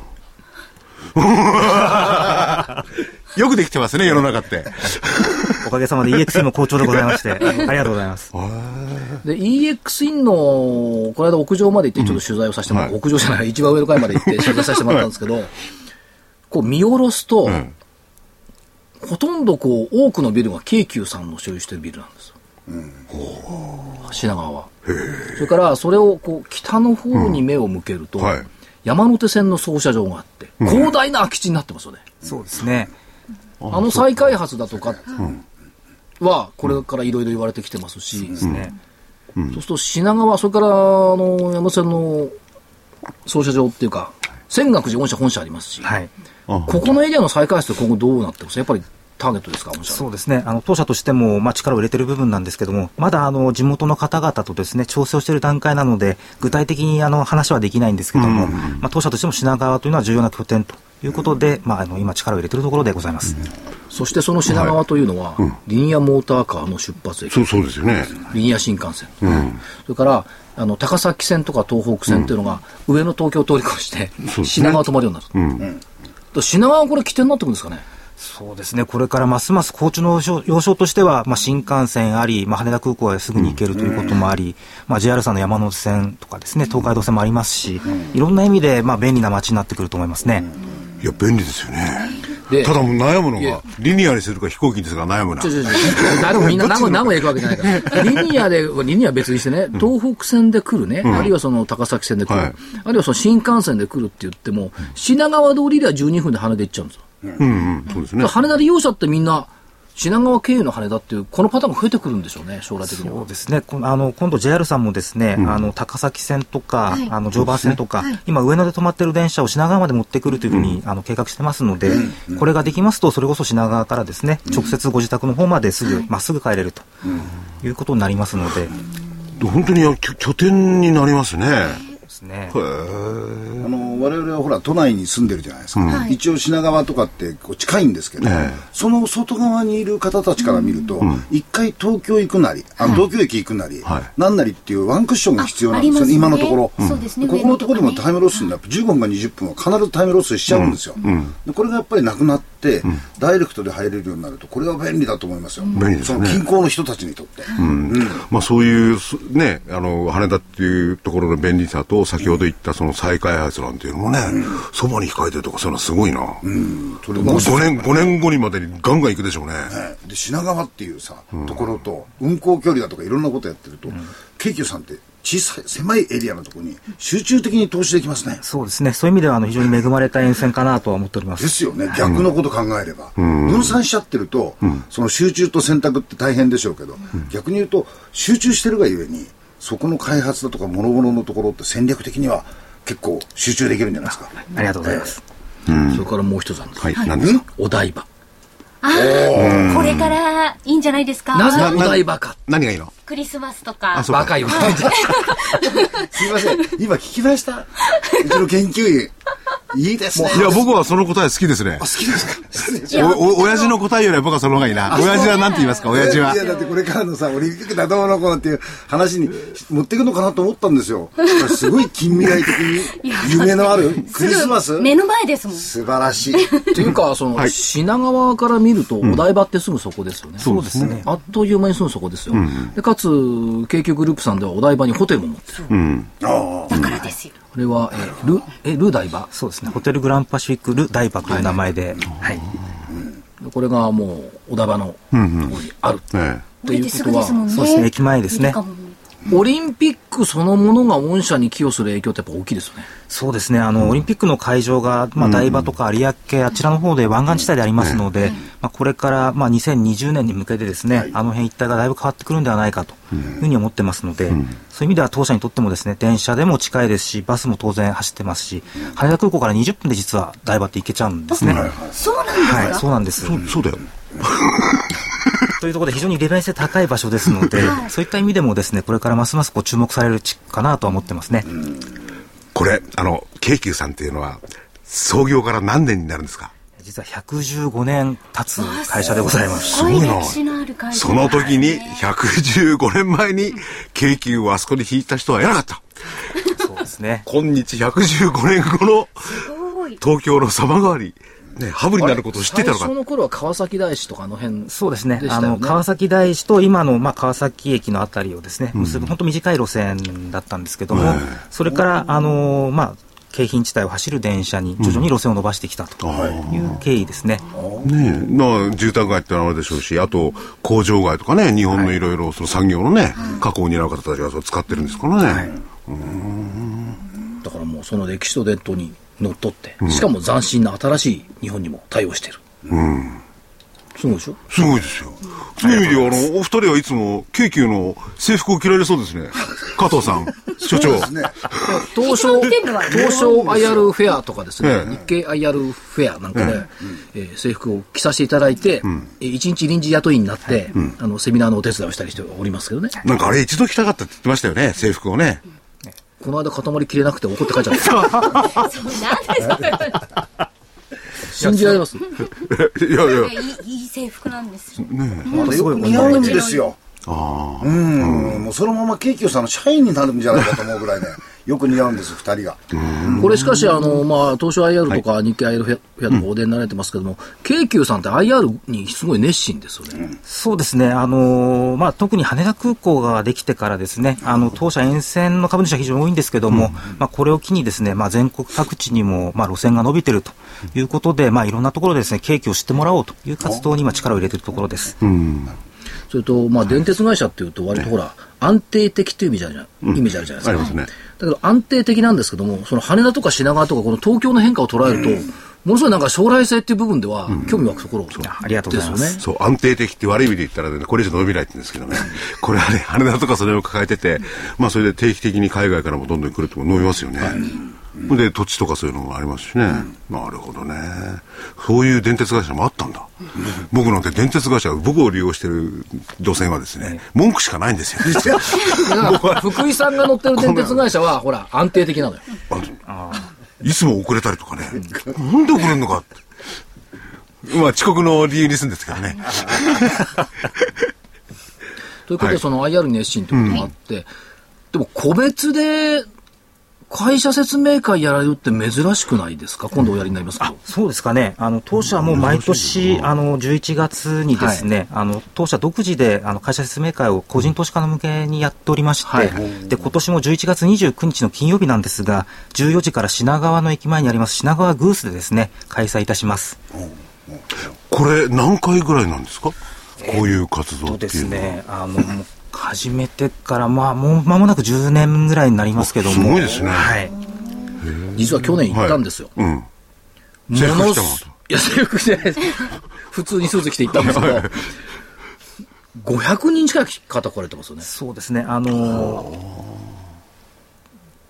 よくできてますね、世の中って。 おかげさまで イーエックス インも好調でございまして、ありがとうございます。 で、イーエックス インの、この間屋上まで行ってちょっと取材をさせてもらって、うん、屋上じゃない、一番上の階まで行って取材させてもらったんですけど、こう見下ろすと、うん、ほとんどこう、多くのビルが京急さんの所有しているビルなんですよ。うん、品川は。それから、それをこう、北の方に目を向けると、うんはい、山手線の操車場があって、広大な空き地になってますよね。 うん、そうですね。 あの再開発だとかはこれからいろいろ言われてきてますし、うん、そうすると品川、それからあの山手線の操車場っていうか泉岳寺御社本社ありますし、はい、ここのエリアの再開発って今後どうなってますか。やっぱりターゲットですか。 そうですね、あの当社としても、まあ、力を入れている部分なんですけども、まだあの地元の方々とですね調整をしている段階なので具体的にあの話はできないんですけども、うんうんまあ、当社としても品川というのは重要な拠点ということで、まあ、あの今力を入れているところでございます、うん、 そしてその品川というのは、はいうん、リニアモーターカーの出発駅、 そうそうですよね、 リニア新幹線、うん、それからあの高崎線とか東北線というのが、うん、上の東京を通り越して、うん、品川止まるようになる、うんうん、品川はこれ起点になってくるんですかね。 そうですね、これからますます交通の要衝としては、まあ、新幹線あり、まあ、羽田空港へすぐに行けるということもあり、うんまあ、ジェイアール さんの山手線とかですね、東海道線もありますし、うん、いろんな意味で、まあ、便利な街になってくると思いますね。 いや便利ですよね。ただもう悩むのがリニアにするか飛行機にするか悩むな。ちょちょちょ誰もみんな名古屋行くわけじゃないからリニアでリニア別にしてね、東北線で来るね、うん、あるいはその高崎線で来る、はい、あるいはその新幹線で来るって言っても、品川通りではじゅうにふんで羽田行っちゃうんですよ。うんうんそうですね、羽田利用者ってみんな品川経由の羽田っていうこのパターンが増えてくるんでしょうね、将来的には。 そうですね、あの今度 ジェイアール さんもですね、うん、あの高崎線とか、はい、あの常磐線とか、はい、今上野で止まってる電車を品川まで持ってくるというふうに、うん、あの計画してますので、うん、これができますとそれこそ品川からですね、うん、直接ご自宅の方まですぐま、っすぐ帰れるということになりますので、 うん、本当に拠点になりますね。 ね、あの我々はほら都内に住んでるじゃないですか、うん、一応品川とかってこう近いんですけど、ね、その外側にいる方たちから見ると、うん、一回東京行くなりあの東京駅行くなり、はい、なんなりっていうワンクッションが必要なんですよね、今のところ、うん、そうですね、ここのところでもタイムロスになってじゅうごふんかにじゅっぷんは必ずタイムロスしちゃうんですよ、うん、でこれがやっぱりなくなって、うん、ダイレクトで入れるようになるとこれは便利だと思いますよ、うん、便利ですね、その近郊の人たちにとって、うんうんまあ、そういうねあの羽田っていうところの便利さと先ほど言ったその再開発なんていうのもね、そば、うん、に控えてるとかそういうのはすごいな、うん、それもごねんごねんごにまでにガンガン行くでしょうね。ねで品川っていうさ、うん、ところと運行距離だとかいろんなことやってると、うん、京急さんって小さい狭いエリアのところに集中的に投資できますね。 そうですね、そういう意味ではあの非常に恵まれた沿線かなとは思っております。 ですよね、逆のこと考えれば、うん、分散しちゃってると、うん、その集中と選択って大変でしょうけど、うん、逆に言うと集中してるがゆえにそこの開発だとか諸々のところって戦略的には結構集中できるんじゃないですか。 ありがとうございます、 えーうん、それからもう一つなんです、はい、 何ですか。 お台場。 ああ、これからいいんじゃないですか。 なぜお台場か。 何がいいの。 クリスマスとか。 あ、そうか。若いわ。 すいません、今聞きました。うちの研究員いいですね。 いや、僕はその答え好きですね。 好きですか。 お、お、親父の答えよりは僕はその方がいいな。親父は何て言いますか、親父は。 いや、だってこれからのさ、オリンピックだどうのこうのっていう話に持っていくのかなと思ったんですよ。すごい近未来的に夢のあるクリスマス。 目の前ですもん。 素晴らしい。 っていうか、その、はい、品川から見ると、お台場ってすぐそこですよね。 そうですね。 あっという間にすぐそこですよ。うん、でかつ、京急グループさんではお台場にホテルも持ってる。うん、 あだからですよ。 これは、えー、ル、え、ル台場。 そうですね。ホテルグランパシフィックル台場という名前で。はい。はい、 これがもう、お台場のところにある。うんうん、っていうことは、 そうですね。駅前ですね。 オリンピックそのものが御社に寄与する影響ってやっぱ大きいですよね。 そうですね。あの、うん、オリンピックの会場が、まあ、台場とか有明、あちらの方で湾岸地帯でありますので、うん、まあ、これから、まあ、にせんにじゅうねんに向けてですね、はい、あの辺一帯がだいぶ変わってくるんではないかというふうに思ってますので、うん、そういう意味では当社にとってもですね、電車でも近いですし、バスも当然走ってますし、羽田空港からにじゅっぷんで実は台場って行けちゃうんですね。 はいはい、そうなんですか？ はい、そうなんです。 そう、そうだよ。 というところで非常に利便性高い場所ですので、はい、そういった意味でもですね、これからますますこう注目される地区かなとは思ってますね。うん、 これ、あの、京急さんっていうのは、創業から何年になるんですか？ 実はひゃくじゅうごねん経つ会社でございます。 すごい歴史のある会社。 その時にひゃくじゅうごねんまえに京急をあそこに引いた人はいなかった。 そうですね。 今日ひゃくじゅうごねんごの東京の様変わり。ね、ハブになることを知ってたのか。 最初の頃は川崎大師とかあの辺、ね、 そうですね。あの川崎大師と今のまあ川崎駅のあたりをですね、 うん、 結ぶ本当短い路線だったんですけども、うん、それからあのまあ京浜地帯を走る電車に徐々に路線を伸ばしてきたという経緯ですね。 うん、ねえ、まあ住宅街ってのはあるでしょうし、あと工場街とかね、日本のいろいろその産業のね、はい、加工を担う方たちがそれ使ってるんですからね。はい、うーん、だからもうその歴史と伝統に乗っ取って、しかも斬新な新しい日本にも対応してる。うん。すごいでしょ？ すごいですよ。そういう意味では、あの、お二人はいつも京急の制服を着られそうですね。加藤さん、所長。そうですね。 東証、東証 アイアール フェアとかですね、ええ、日経 アイアール フェアなんかで、えええー、制服を着させていただいて、うん、一日臨時雇いになって、うん、あの、セミナーのお手伝いをしたりしておりますけどね。 なんかあれ一度着たかったって言ってましたよね、制服をね。 この間塊切れなくて怒って帰っちゃった。 そうなんで信じられます？いやいや、 いい制服なんですよ。 ねえ、またよく似合うんですよ。ああ、うん、もうそのまま京急さんの社員になるんじゃないかと思うぐらいね、よく似合うんですふたりが。 これしかしあのまあ東証 アイアール とか日経 アイアール フェアとかお出になられてますけども、うん、京急さんって アイアール にすごい熱心ですよね。うん、 そうですね。あのまあ特に羽田空港ができてからですね、あの当社沿線の株主は非常に多いんですけども、うん、まあこれを機にですね、まあ全国各地にもまあ路線が伸びているということで、まあいろんなところでですね京急を知ってもらおうという活動に今力を入れているところです。うん、 それと、まあ、電鉄会社っていうと割とほら、安定的という意味じゃない、うん、イメージあるじゃないですか。ありますね。だけど安定的なんですけども、その羽田とか品川とかこの東京の変化を捉えると、うん、ものすごいなんか将来性っていう部分では興味湧くところですよね。 ありがとうございます。 そう、安定的って悪い意味で言ったらね、これ以上伸びないって言うんですけどね。これはね、羽田とかそれを抱えてて、まあそれで定期的に海外からもどんどん来るっても伸びますよね。はい、で土地とかそういうのもありますしね、うん、なるほどね。そういう電鉄会社もあったんだ、うん、僕なんて電鉄会社僕を利用してる路線はですね、うん、文句しかないんですよ実は福井さんが乗ってる電鉄会社はほら安定的なのよ。 あいつも遅れたりとかね、なんで遅れるのかって、まあ遅刻の理由にするんですけどねということで、はい、その アイアール に熱心ということがあって、うん、でも個別で会社説明会やられるって珍しくないですか？今度おやりになりますか？ あ、そうですかね。あの当社はもう毎年あのじゅういちがつにですね、はい、あの当社独自であの会社説明会を個人投資家の向けにやっておりまして、はい、で今年もじゅういちがつにじゅうくにちの金曜日なんですが、じゅうよじから品川の駅前にあります品川グースでですね開催いたします。 これ何回ぐらいなんですか？こういう活動っていうのは。そうですね。あの始めてからまあもう間もなくじゅうねんぐらいになりますけども、 すごいですね。 はい。 実は去年行ったんですよ。はい、うん。 制服着たの？ いや制服じゃないです。普通にスーツ着て行ったんですけど、ごひゃくにん近い方来られてますよね。 そうですね。あのー、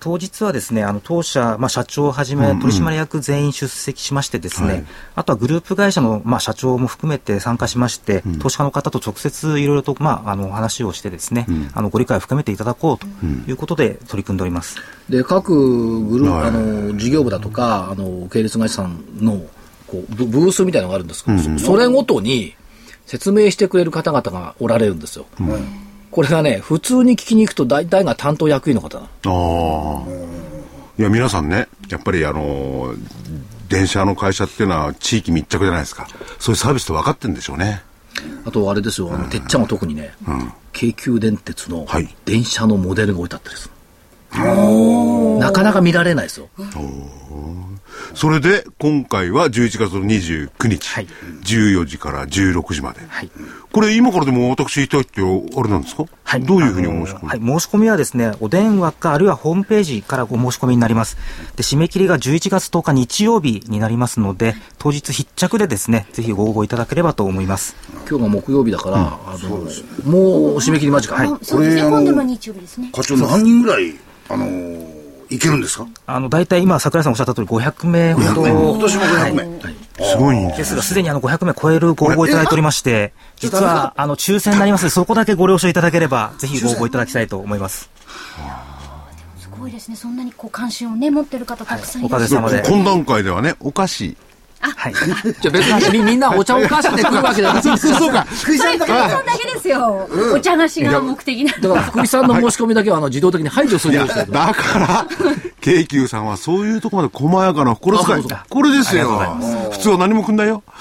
当日はですね、あの当社、まあ、社長をはじめ取締役全員出席しましてですね、うんうん、あとはグループ会社の、まあ、社長も含めて参加しまして、うん、投資家の方と直接いろいろと、まあ、あの話をしてですね、うん、あのご理解を深めていただこうということで取り組んでおります。 で、各グループ、あの事業部だとかあの系列会社さんのこう ブ, ブースみたいなのがあるんですけど、うん、そ, それごとに説明してくれる方々がおられるんですよ。うん、これがね、普通に聞きに行くと大体が担当役員の方なの。ああ。いや、皆さんね、やっぱりあのー、電車の会社っていうのは地域密着じゃないですか。そういうサービスって分かってるんでしょうね。 あとあれですよ、あの、うん、てっちゃんは特にね、うん、京急電鉄の電車のモデルが置いてあったりする。はい、なかなか見られないですよ。 それで今回はじゅういちがつのにじゅうくにち、はい、じゅうよじからじゅうろくじまで、はい、これ今からでも私言いたいってあれなんですか、はい、どういうふうにお申し込み、 はい、申し込みはですね、お電話かあるいはホームページからご申し込みになります。で、締め切りがじゅういちがつとおか日曜日になりますので、当日必着でですね、ぜひご応募いただければと思います。 今日が木曜日だから、うん、あのもう締め切り間近、はい、 そうですね、今度の日曜日ですね。 課長何人ぐらいあのーいけるんですか？ あの大体今桜井さんおっしゃった通りごひゃくめいほど、 今年もごひゃくめい、はいはい、すごいんですが、すでにあのごひゃくめい超えるご応募いただいておりまして、実はあの抽選になりますので、そこだけご了承いただければぜひご応募いただきたいと思います。 すごいですね、そんなにこう関心をね持ってる方たくさんいらっしゃる、はい、おかげさまで。 今段階ではね、お菓子、 はい、じゃあ別にみんなお茶お菓子で来るわけじゃない。そうそうか。福井さんだけですよ。お茶菓子が目的な。 だから福井さんの申し込みだけはあの自動的に排除するようにしてる。 だから京急さんはそういうところまで細やかな心遣い。これですよ。普通は何もくんないよ。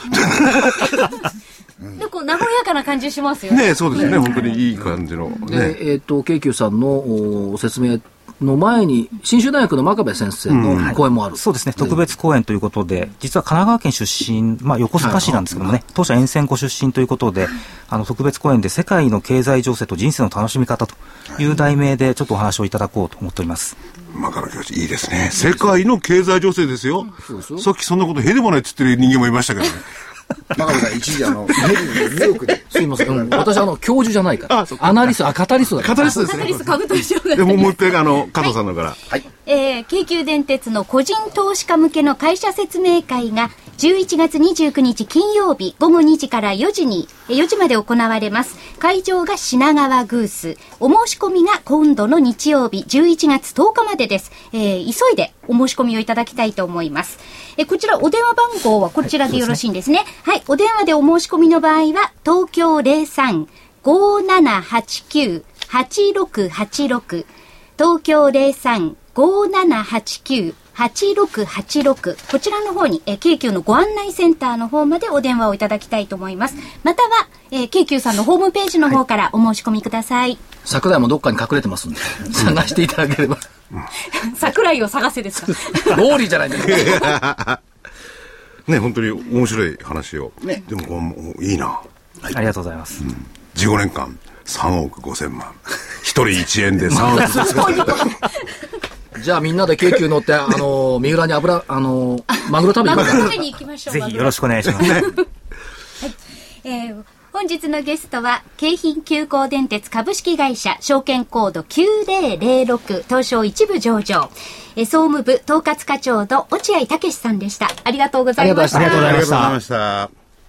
でこう和やかな感じしますよね。ね、そうですね。本当にいい感じの。 で、えっと京急さんの説明の前に信州大学の真壁先生の講演もある、 うんはい、そうですね、特別講演ということで、実は神奈川県出身、まあ、横須賀市なんですけどもね、はい、当社沿線ご出身ということで、あの特別講演で世界の経済情勢と人生の楽しみ方という題名でちょっとお話をいただこうと思っております。 真壁教授いいですね。世界の経済情勢ですよ、うん、さっきそんなことへでもないって言ってる人間もいましたけどね。 真壁さん一時あのメリーのニューヨークですいません、うん、私あの教授じゃないからアナリスト、あカタリストだカタリストですね。カタリスト株と一緒ででももう一回あの加藤さんのから、はいはい、えー、京急電鉄の個人投資家向けの会社説明会がじゅういちがつにじゅうくにち金曜日ごごにじからよじによじまで行われます。会場が品川グース。お申し込みが今度の日曜日じゅういちがつとおかまでです。えー、急いでお申し込みをいただきたいと思います。えー、こちらお電話番号はこちらでよろしいんですね。はい、はい、お電話でお申し込みの場合は東京 ゼロさん ごーななはちきゅう はちろくはちろく 東京 ゼロさん ごーななはちきゅうはちろくはちろく、こちらの方にえ京急のご案内センターの方までお電話をいただきたいと思います。または、えー、京急さんのホームページの方からお申し込みください。はい、 桜井もどっかに隠れてますんで探していただければ。 桜井を探せですか。 ローリーじゃないですか。ね、本当に面白い話を、ね、でもこういいな、はい、ありがとうございます、うん、 じゅうごねんかんさんおくごせんまんひとりいちえんでさんおくじゃあみんなで京急乗ってあの三浦に油あのマグロ食べに行こうか。 マグロ食べに行きましょう。 ぜひよろしくお願いします。ね、はい、 えー、本日のゲストは京浜急行電鉄株式会社証券コードきゅうぜろぜろろく東証一部上場、えー、総務部統括課長の落合武さんでした。ありがとうございました。 ありがとうございました。 ありがとうございました。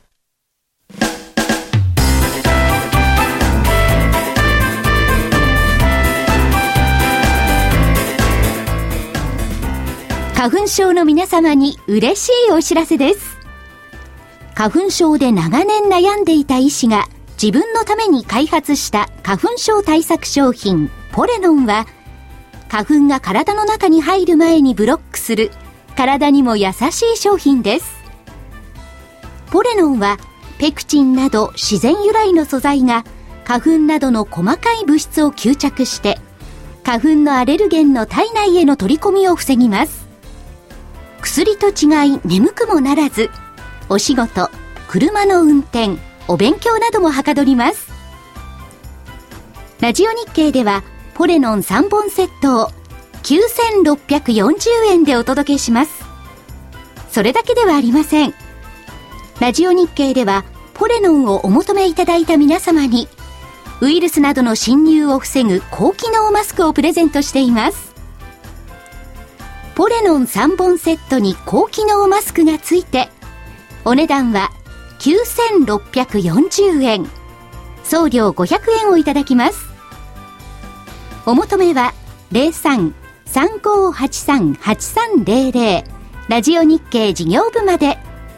花粉症の皆様に嬉しいお知らせです。花粉症で長年悩んでいた医師が自分のために開発した花粉症対策商品ポレノンは、花粉が体の中に入る前にブロックする体にも優しい商品です。ポレノンはペクチンなど自然由来の素材が花粉などの細かい物質を吸着して花粉のアレルゲンの体内への取り込みを防ぎます。薬と違い眠くもならず、お仕事、車の運転、お勉強などもはかどります。ラジオ日経ではポレノンさんぼんセットをきゅうせんろっぴゃくよんじゅうえんでお届けします。それだけではありません。ラジオ日経ではポレノンをお求めいただいた皆様にウイルスなどの侵入を防ぐ高機能マスクをプレゼントしています。 ポレノンさんぼんセットに高機能マスクがついてお値段はきゅうせんろっぴゃくよんじゅうえん、送料ごひゃくえんをいただきます。お求めは ゼロさん さんごーはちさん はちさんゼロゼロ ラジオ日経事業部まで。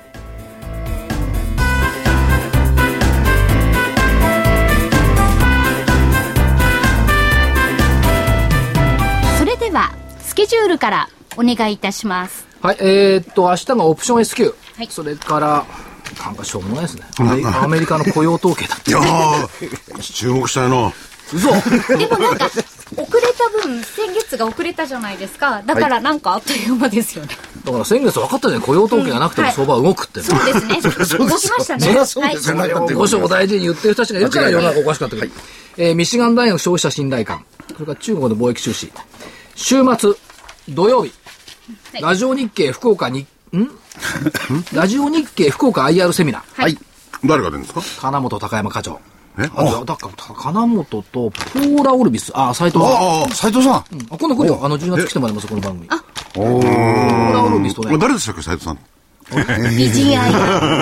それではスケジュールからお願いいたします。 はい、えー、っと明日がオプション エスキュー、はい、それからなんかしょうもないですね、アメリカの雇用統計だって。 いやー注目したいな。 嘘でもなんか遅れた分先月が遅れたじゃないですか。だからなんかあっという間ですよね、はい、 だから先月分かったじゃん、雇用統計がなくても相場は動くって、うんはい、 そうですね動きましたね。そりゃそうですよ、 はい、ご所大事に言ってる人たちがいるから世の中おかしかったけど、はい、えー、ミシガン大学消費者信頼感、それから中国の貿易収支、週末土曜日、はい、ラジオ日経福岡にんラジオ日経福岡 アイアール セミナー、 はい、誰が出るんですか。 金本高山課長、 えあとだから金本とポーラ・オルビス、あ斉藤さん、 あ斉藤さん、 うん、あ今度来るよ、あのじゅうがつ来てもらいますこの番組。あおポーラ・オルビスとね、 誰でしたっけ斉藤さん。 美人愛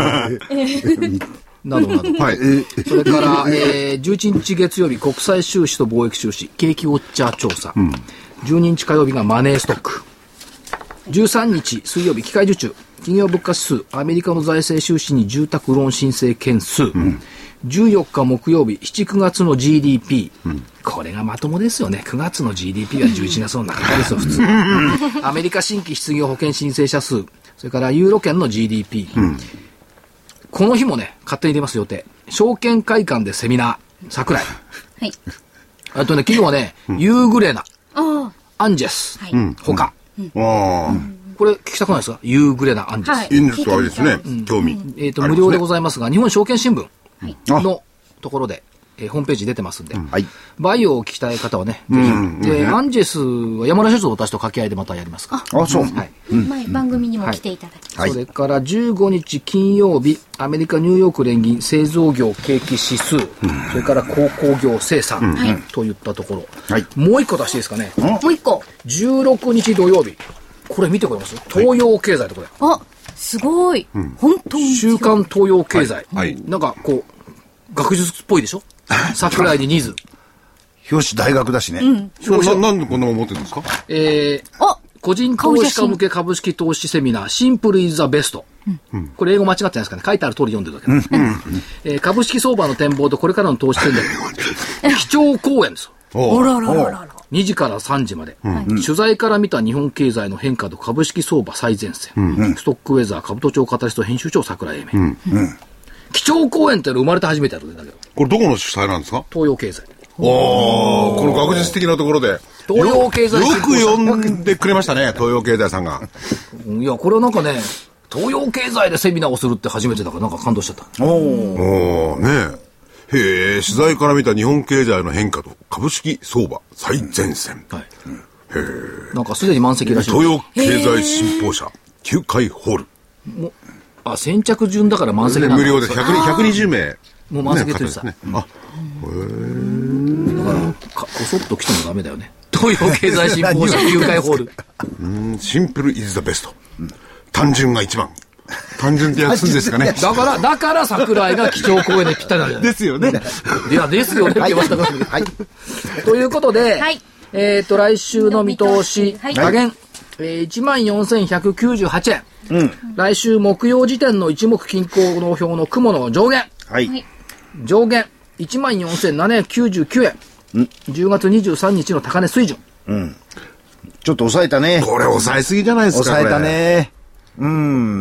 などなど、はい、それから、えー、じゅういちにち月曜日国際収支と貿易収支景気ウォッチャー調査、うん、じゅうににち火曜日がマネーストック、じゅうさんにち水曜日機械受注企業物価指数、アメリカの財政収支に住宅ローン申請件数、うん、じゅうよっか木曜日しち、くがつの ジーディーピー、うん、これがまともですよね。くがつの ジーディーピー はじゅういちがつの中ですよ普通アメリカ新規失業保険申請者数、それからユーロ圏の ジーディーピー、うん、この日もね勝手に出ます予定。証券会館でセミナー桜井、はい、あとね昨日はね、うん、ユーグレナ、アンジェス、はい、他、うんうん、あこれ聞きたくないですか。ユーグレナアンジェス、はい、 いいんですか。あれですね、うん、興味、 えーと、無料でございますが、日本証券新聞のところで、えー、ホームページ出てますんで、うん、バイオを聞きたい方はね、ぜひ、うんで、うん、アンジェスは山田社長と私と掛け合いでまたやりますから。 あ、そう、 はい、うん、前番組にも来ていただきます、 はい、それからじゅうごにち金曜日アメリカニューヨーク連銀製造業景気指数、うん、それから鉱工業生産、うん、といったところ、はい、もう一個出していいですかね。 もう一個じゅうろくにち土曜日、これ見てくれます。東洋経済とこれ、 あすごい、うん、本当に週刊東洋経済、はいはい、なんかこう学術っぽいでしょ桜井にニーズ表紙大学だしね、うん、 な, なんでこんなもん持ってるんですか。 えー、個人投資家向け株式投資セミナーシンプルイズザベスト、うん、これ英語間違ってないですかね。書いてある通り読んでるだけ、うんうんえー、株式相場の展望とこれからの投資戦略基調講演です。 おららららにじからさんじまで、うん、取材から見た日本経済の変化と株式相場最前線、うん、ストックウェザー株都庁カタリスト編集長桜井英明、うんうん、基調講演っていうの生まれて初めてやるんだけど、 これどこの主催なんですか。 東洋経済。 おお、この学術的なところで東洋経済よく読んでくれましたね東洋経済さんがいやこれはなんかね東洋経済でセミナーをするって初めてだからなんか感動しちゃった。 おおねえ、へえ、取材から見た日本経済の変化と株式相場最前線、はい、うん、へえ、なんかすでに満席らしい。 東洋経済新報社きゅうかいホールもあ先着順だから満席なんだ。 無料でひゃく、ひゃくにじゅうめいもう満席ってさ、 ね、あ、へえ、だからこそっと来てもダメだよね東洋経済新報社きゅうかいホールうんシンプルイズザベスト、うん、単純が一番単純って訳すんですかねだからだから桜井が基調講演でぴったりなんじゃないですよねいやですよねって言われたから、はい、ということで、はい、えっ、ー、と来週の見通し加減、はい、えー、いちまんよんせんひゃくきゅうじゅうはちえん、うん、来週木曜時点の一目均衡の表の雲の上限、はい、上限 いちまんよんせんななひゃくきゅうじゅうきゅうえん、うん、じゅうがつにじゅうさんにちの高値水準、 うん、ちょっと抑えたね。 これ抑えすぎじゃないですか。 抑えたね。うん、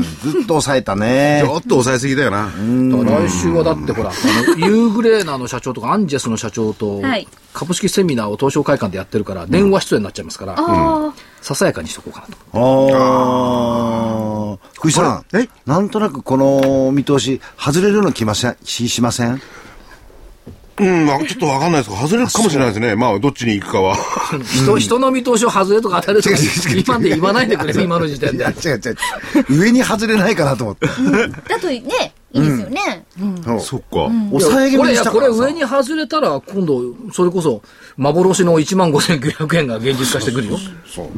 ずっと抑えたね。 ちょっと抑えすぎだよな。 だから来週はだってほら、あのユーグレーナーの社長とかアンジェスの社長と株式セミナーを東証会館でやってるから電話出演になっちゃいますから、うん、ささやかにしとこうかなと。 ああ、福井さん、え、なんとなくこの見通し外れるの気ませんししません？ うん、まあ、ちょっとわかんないですけど外れるかもしれないですね。まあどっちに行くかは人, 人の見通しを外れとか当たるとか今で言わないでくれ今の時点で。違う違う上に外れないかなと思って、 うん、だとねいいですよね、うんうん、そっか、うん、 抑え気味にしたからさ。 これこれ上に外れたら今度それこそ幻のいちまんごせんきゅうひゃくえんが現実化してくるよ。そう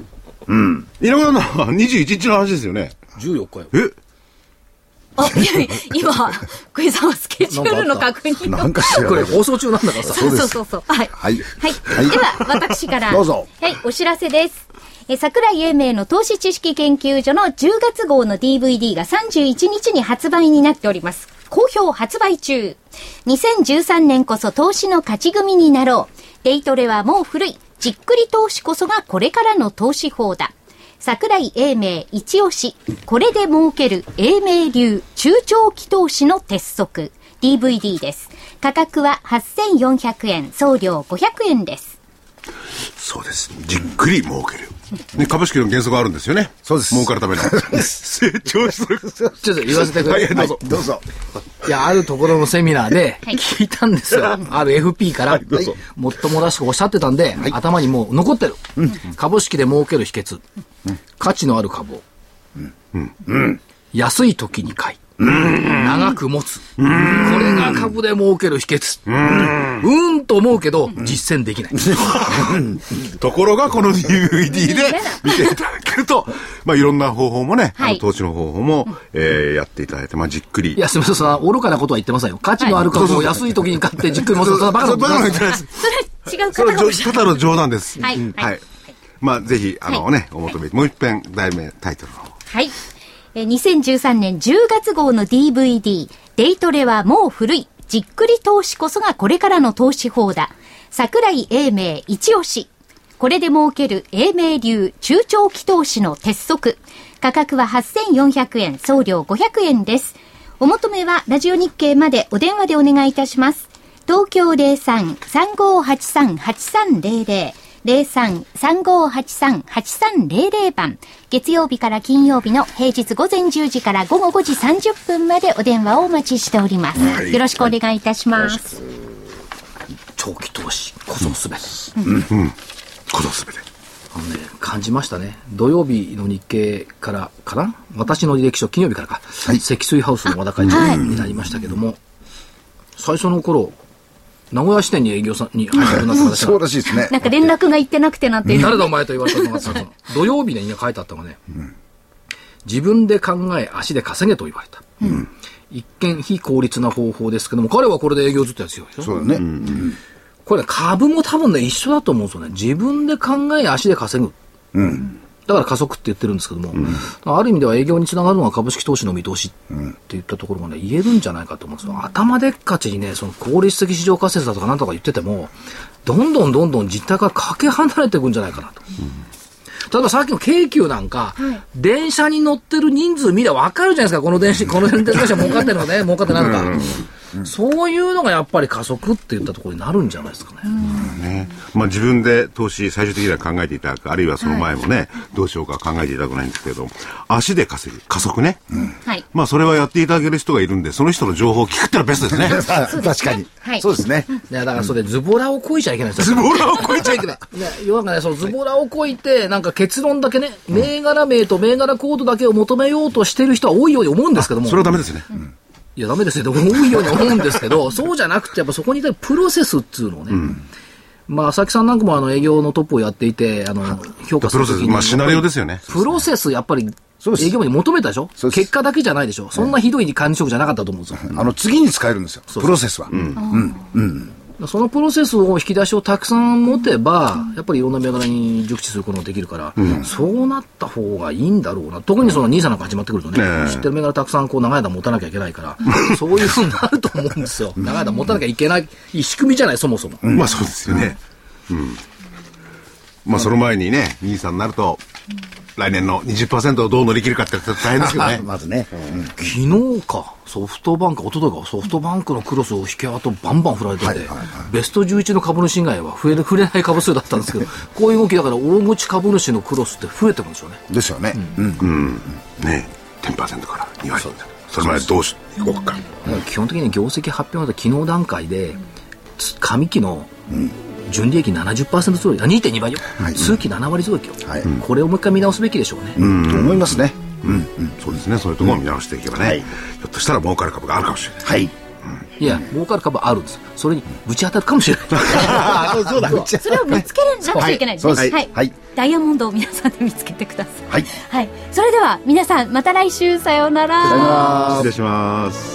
うん。稲村さん、にじゅういちにちの話ですよね。 じゅうよっかよ。 えあ、いや今、小井さんはスケジュールの確認なんかしらこれ放送中なんだからさ。 そうそうそうそう。はい。 はい。 はい。では、私から。 どうぞ。 はい、お知らせです。え、桜井英明の投資知識研究所のじゅうがつ号の ディーブイディー がさんじゅういちにちに発売になっております。好評発売中。にせんじゅうさんねんこそ投資の勝ち組になろう。デイトレはもう古い。じっくり投資こそがこれからの投資法だ。桜井英明一押し。これで儲ける英明流中長期投資の鉄則。ディーブイディー です。価格ははっせんよんひゃくえん、送料ごひゃくえんです。 そうです。じっくり儲ける。ね、株式の原則があるんですよね。 そうです。 儲かるための。成長する。 ちょっと言わせてください。 はい、どうぞ。どうぞ。 いや、あるところのセミナーで聞いたんですよ。はい、ある エフピー から、はい、もっともらしくおっしゃってたんで、はい、頭にもう残ってる。うん、株式で儲ける秘訣。うん、価値のある株を。うんうん、安い時に買い。長く持つ。これが株で儲ける秘訣。うーんと思うけど、実践できない。 ところが、この ディーブイディー で見ていただけると、まあ、いろんな方法もね、はい、あの投資の方法も、えー、やっていただいて、まあ、じっくり。 いや、すみません、そんな愚かなことは言ってませんよ。価値のある株を安い時に買ってじっくり持つ。そんなバカなことないです。それ違う方がおっしゃる。 ただの冗談です。 はい。 はい。まあ、ぜひ、あのね、お求め、もう一遍、題名、タイトルの方。 はい。にせんじゅうさんねんじゅうがつ号の ディーブイディー、デイトレはもう古い。じっくり投資こそがこれからの投資法だ。桜井英明一押し。これで儲ける英明流中長期投資の鉄則。価格ははっせんよんひゃくえん、送料ごひゃくえんです。お求めはラジオ日経までお電話でお願いいたします。東京 ゼロさん さんごーはちさん はちさんゼロゼロ。ゼロさん さんごーはちさん はちさんゼロゼロ 番。月曜日から金曜日の平日午前じゅうじから午後ごじさんじゅっぷんまでお電話をお待ちしております。はい、よろしくお願いいたします。はい、 長期投資こそすべて。 うん。うん。こそすべて。 あのね、感じましたね。土曜日の日経からかな、私の履歴書、金曜日からか、はい、積水ハウスの和高になりましたけども、はい、最初の頃、名古屋支店に営業さんに入ったような形そうらしいですね。 なんか連絡が行ってなくてなっていう。 誰だお前と言われたのが、土曜日に書いてあったのがね、うん、自分で考え足で稼げと言われた。うん、一見非効率な方法ですけども、彼はこれで営業ずっとやってるよ。 そうだね。うん、 これ、ね、株も多分ね、一緒だと思うんですよね。自分で考え足で稼ぐ。うん、だから加速って言ってるんですけども、うん、ある意味では営業につながるのが株式投資の見通しっていったところがね、言えるんじゃないかと思うんですよ。頭でっかちにね、その効率的市場仮説だとかなんとか言ってても、どんどんどんどん実態からかけ離れていくんじゃないかなと。うん、例えばさっきの京急なんか、はい、電車に乗ってる人数見れば分かるじゃないですか。この電車、この電車儲かってるのかね、儲かってないのか。うんうん、そういうのがやっぱり加速っていったところになるんじゃないですかね。 うんね、まあ、自分で投資最終的には考えていただく、あるいはその前もね、はい、どうしようか考えていただくないんですけれども、足で稼ぐ加速ね、うん、まあそれはやっていただける人がいるんで、その人の情報を聞くってのはベストですね。 確かに、はい、そうですね。 いやだからそれズボラをこいちゃいけないですよ。ズボラをこいちゃいけない。 ね、要はね、そのズボラをこいてなんか結論だけね、銘柄名と銘柄コードだけを求めようとしている人は多いように思うんですけども、 それはダメですね。うん、 いやダメですよ。多いように思うんですけど、そうじゃなくてやっぱそこにいたプロセスっていうのをね。うん、まあ、佐々木さんなんかもあの営業のトップをやっていて、あの、評価するときに。 まあ、シナリオですよね。 プロセス、やっぱり、営業部に求めたでしょ。結果だけじゃないでしょ。そんなひどい管理職じゃなかったと思うんですよ。 あの、次に使えるんですよ。プロセスは。うん。うん。 うん。そのプロセスを引き出しをたくさん持てば、やっぱりいろんな銘柄に熟知することができるから、うん、そうなった方がいいんだろうな。特にそのニーサなんか始まってくるとね、ね知ってる銘柄たくさんこう長い間持たなきゃいけないから、そういうふうになると思うんですよ。長い間持たなきゃいけない仕組みじゃない、そもそも。 うん、まあそうですよね。うん。まあその前にね、ニーサになると、来年の にじゅっパーセント をどう乗り切るかって大変ですよね。 まずね、 うん。昨日か、ソフトバンク、一昨日か、ソフトバンクのクロスを引き跡バンバン振られてて、はいはいはい、ベストじゅういちの株主以外は増える、触れない株数だったんですけど、こういう動きだから大口株主のクロスって増えてくるんですよね。 ですよね。うん。 うん。ね、じゅっパーセント からに割。それまでどうしようか。 基本的に業績発表の昨日段階で、上期の、うん純利益 ななじゅっパーセント 増益、にてんにばいよ、はい、通期ななわり増益よ、はい、これをもう一回見直すべきでしょうね。 うん、と思いますね。 うん、うん、そうですね。そういうところを見直していけばね、うん、はい、ひょっとしたら儲かる株があるかもしれない。はい、 いや儲かる株あるんです。それにぶち当たるかもしれないそうそうだそれを見つけなくちゃいけないですね。 はい、はいはい、 ダイヤモンドを皆さんで見つけてください。 はい、 はい、それでは皆さんまた来週さようなら。 失礼します。